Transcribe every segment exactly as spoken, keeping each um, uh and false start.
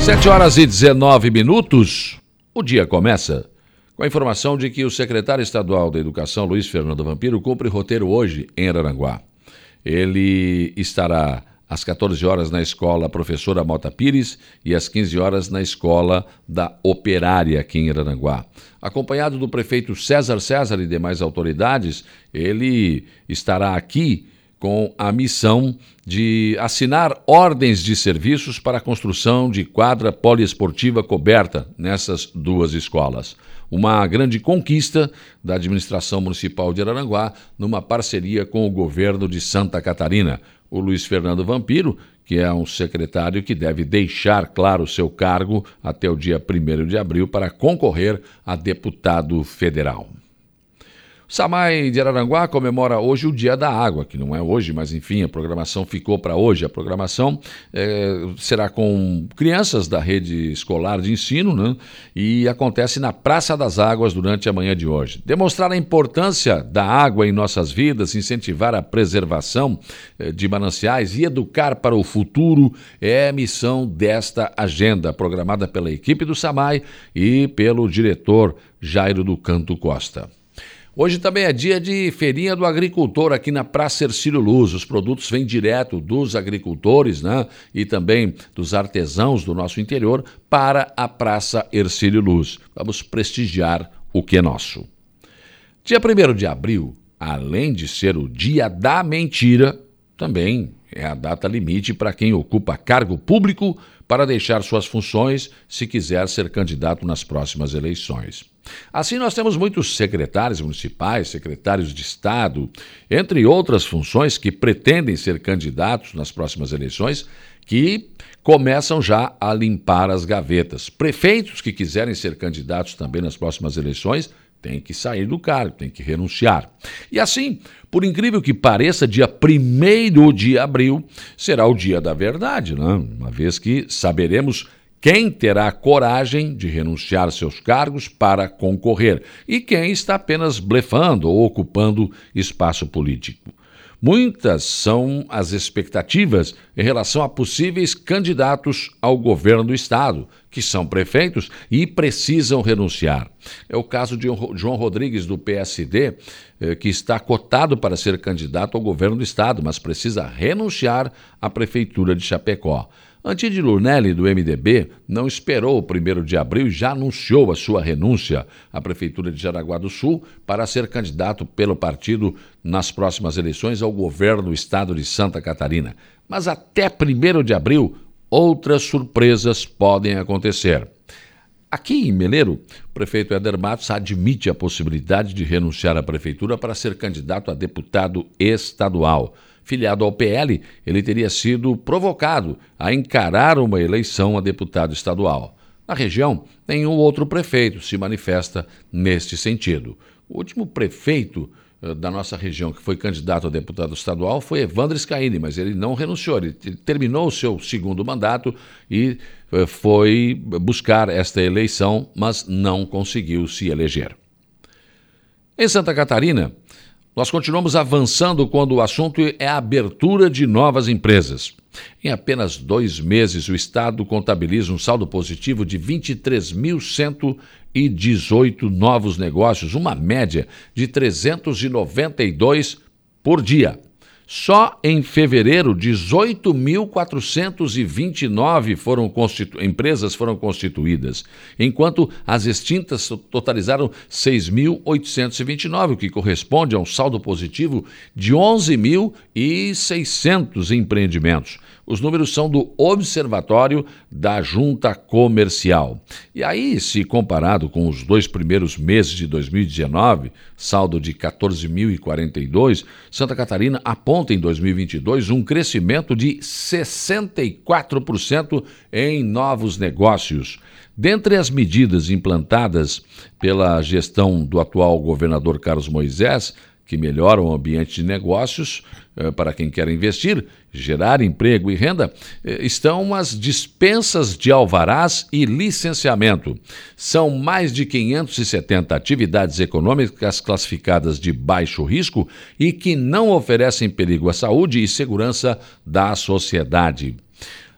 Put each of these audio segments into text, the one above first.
sete horas e dezenove minutos, o dia começa com a informação de que o secretário estadual da Educação, Luiz Fernando Vampiro, cumpre roteiro hoje em Araranguá. Ele estará às quatorze horas na escola Professora Mota Pires e às quinze horas na escola da Operária aqui em Araranguá. Acompanhado do prefeito César César e demais autoridades, ele estará aqui com a missão de assinar ordens de serviços para a construção de quadra poliesportiva coberta nessas duas escolas. Uma grande conquista da administração municipal de Araranguá, numa parceria com o governo de Santa Catarina. O Luiz Fernando Vampiro, que é um secretário que deve deixar claro o seu cargo até o dia primeiro de abril para concorrer a deputado federal. SAMAI de Araranguá comemora hoje o Dia da Água, que não é hoje, mas enfim, a programação ficou para hoje. A programação é, será com crianças da rede escolar de ensino, né? E acontece na Praça das Águas durante a manhã de hoje. Demonstrar a importância da água em nossas vidas, incentivar a preservação é, de mananciais e educar para o futuro é a missão desta agenda, programada pela equipe do SAMAI e pelo diretor Jairo do Canto Costa. Hoje também é dia de feirinha do agricultor aqui na Praça Hercílio Luz. Os produtos vêm direto dos agricultores, né, e também dos artesãos do nosso interior para a Praça Hercílio Luz. Vamos prestigiar o que é nosso. Dia primeiro de abril, além de ser o dia da mentira, também é a data limite para quem ocupa cargo público para deixar suas funções se quiser ser candidato nas próximas eleições. Assim, nós temos muitos secretários municipais, secretários de Estado, entre outras funções que pretendem ser candidatos nas próximas eleições, que começam já a limpar as gavetas. Prefeitos que quiserem ser candidatos também nas próximas eleições têm que sair do cargo, têm que renunciar. E assim, por incrível que pareça, dia primeiro de abril será o dia da verdade, né? Uma vez que saberemos quem terá coragem de renunciar seus cargos para concorrer e quem está apenas blefando ou ocupando espaço político. Muitas são as expectativas em relação a possíveis candidatos ao governo do estado, que são prefeitos e precisam renunciar. É o caso de João Rodrigues, do P S D, que está cotado para ser candidato ao governo do estado, mas precisa renunciar à prefeitura de Chapecó. Antide Lurnelli, do M D B, não esperou o primeiro de abril e já anunciou a sua renúncia à Prefeitura de Jaraguá do Sul para ser candidato pelo partido nas próximas eleições ao governo do estado de Santa Catarina. Mas até primeiro de abril, outras surpresas podem acontecer. Aqui em Meleiro, o prefeito Éder Matos admite a possibilidade de renunciar à prefeitura para ser candidato a deputado estadual. Filiado ao P L, ele teria sido provocado a encarar uma eleição a deputado estadual. Na região, nenhum outro prefeito se manifesta neste sentido. O último prefeito uh, da nossa região que foi candidato a deputado estadual foi Evandro Scaini, mas ele não renunciou, ele terminou o seu segundo mandato e uh, foi buscar esta eleição, mas não conseguiu se eleger. Em Santa Catarina, nós continuamos avançando quando o assunto é a abertura de novas empresas. Em apenas dois meses, o Estado contabiliza um saldo positivo de vinte e três mil cento e dezoito novos negócios, uma média de trezentos e noventa e dois por dia. Só em fevereiro, dezoito mil quatrocentos e vinte e nove foram constitu... empresas foram constituídas, enquanto as extintas totalizaram seis mil oitocentos e vinte e nove, o que corresponde a um saldo positivo de onze mil e seiscentos empreendimentos. Os números são do Observatório da Junta Comercial. E aí, se comparado com os dois primeiros meses de dois mil e dezenove, saldo de quatorze mil e quarenta e dois, Santa Catarina aponta em dois mil e vinte e dois um crescimento de sessenta e quatro por cento em novos negócios. Dentre as medidas implantadas pela gestão do atual governador Carlos Moisés, que melhoram o ambiente de negócios eh, para quem quer investir, gerar emprego e renda, eh, estão as dispensas de alvarás e licenciamento. São mais de quinhentas e setenta atividades econômicas classificadas de baixo risco e que não oferecem perigo à saúde e segurança da sociedade.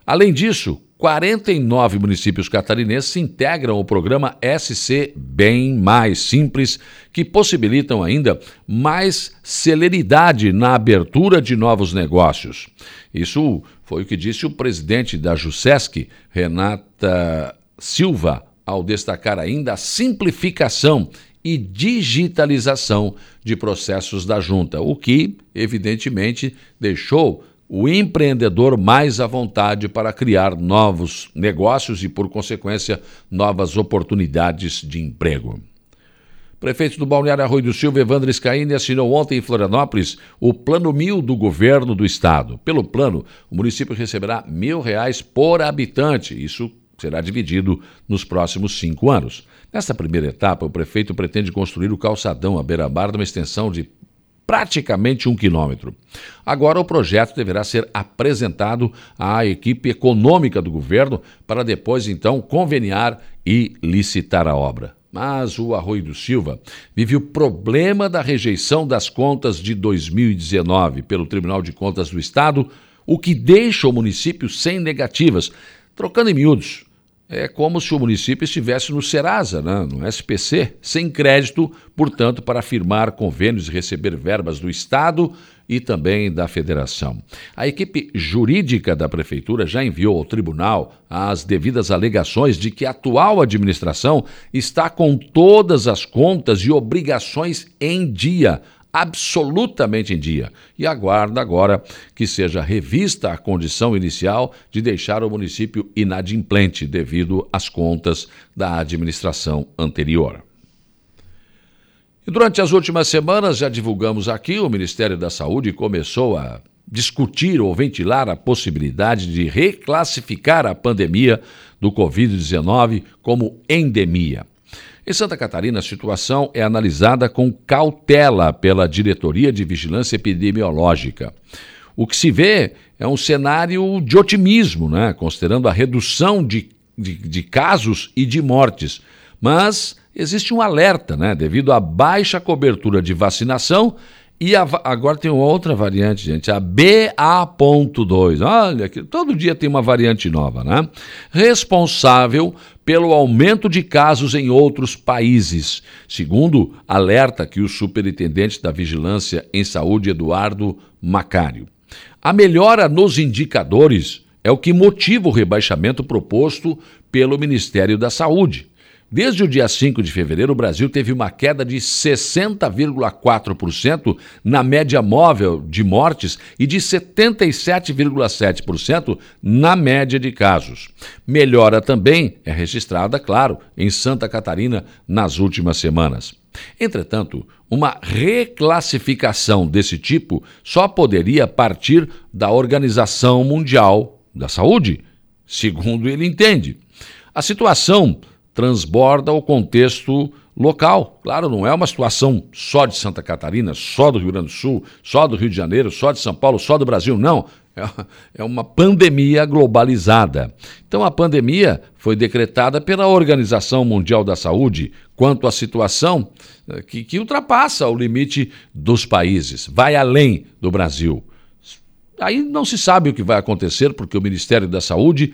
Além disso, quarenta e nove municípios catarinenses se integram ao programa S C Bem Mais Simples, que possibilitam ainda mais celeridade na abertura de novos negócios. Isso foi o que disse o presidente da JUSESC, Renata Silva, ao destacar ainda a simplificação e digitalização de processos da junta, o que, evidentemente, deixou o empreendedor mais à vontade para criar novos negócios e, por consequência, novas oportunidades de emprego. O prefeito do Balneário Arroio do Silva, Evandro Scaini, assinou ontem em Florianópolis o Plano Mil do governo do estado. Pelo plano, o município receberá mil reais por habitante. Isso será dividido nos próximos cinco anos. Nesta primeira etapa, o prefeito pretende construir o calçadão à beira-mar de uma extensão de praticamente um quilômetro. Agora o projeto deverá ser apresentado à equipe econômica do governo para depois, então, conveniar e licitar a obra. Mas o Arroio do Silva vive o problema da rejeição das contas de dois mil e dezenove pelo Tribunal de Contas do Estado, o que deixa o município sem negativas. Trocando em miúdos, é como se o município estivesse no Serasa, né? No S P C, sem crédito, portanto, para firmar convênios e receber verbas do Estado e também da Federação. A equipe jurídica da Prefeitura já enviou ao tribunal as devidas alegações de que a atual administração está com todas as contas e obrigações em dia, absolutamente em dia, e aguarda agora que seja revista a condição inicial de deixar o município inadimplente devido às contas da administração anterior. E durante as últimas semanas, já divulgamos aqui, o Ministério da Saúde começou a discutir ou ventilar a possibilidade de reclassificar a pandemia do covid dezenove como endemia. Em Santa Catarina, a situação é analisada com cautela pela Diretoria de Vigilância Epidemiológica. O que se vê é um cenário de otimismo, né? Considerando a redução de, de, de casos e de mortes. Mas existe um alerta, né? Devido à baixa cobertura de vacinação. E a, agora tem uma outra variante, gente, a B A ponto dois. Olha, todo dia tem uma variante nova, né? Responsável pelo aumento de casos em outros países, segundo alerta que o superintendente da Vigilância em Saúde, Eduardo Macário. A melhora nos indicadores é o que motiva o rebaixamento proposto pelo Ministério da Saúde. Desde o dia cinco de fevereiro, o Brasil teve uma queda de sessenta vírgula quatro por cento na média móvel de mortes e de setenta e sete vírgula sete por cento na média de casos. Melhora também é registrada, claro, em Santa Catarina nas últimas semanas. Entretanto, uma reclassificação desse tipo só poderia partir da Organização Mundial da Saúde, segundo ele entende. A situação transborda o contexto local. Claro, não é uma situação só de Santa Catarina, só do Rio Grande do Sul, só do Rio de Janeiro, só de São Paulo, só do Brasil, não. É uma pandemia globalizada. Então, a pandemia foi decretada pela Organização Mundial da Saúde quanto à situação que, que ultrapassa o limite dos países, vai além do Brasil. Aí não se sabe o que vai acontecer, porque o Ministério da Saúde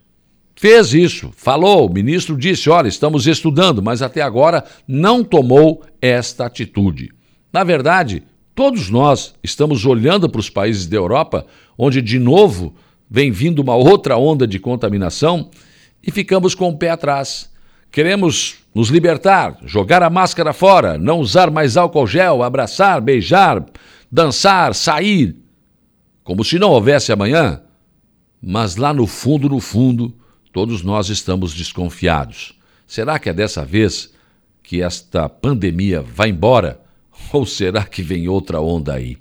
fez isso, falou, o ministro disse, olha, estamos estudando, mas até agora não tomou esta atitude. Na verdade, todos nós estamos olhando para os países da Europa, onde de novo vem vindo uma outra onda de contaminação e ficamos com o pé atrás. Queremos nos libertar, jogar a máscara fora, não usar mais álcool gel, abraçar, beijar, dançar, sair, como se não houvesse amanhã. Mas lá no fundo, no fundo, todos nós estamos desconfiados. Será que é dessa vez que esta pandemia vai embora? Ou será que vem outra onda aí?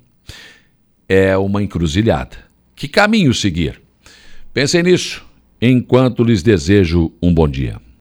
É uma encruzilhada. Que caminho seguir? Pensem nisso, enquanto lhes desejo um bom dia.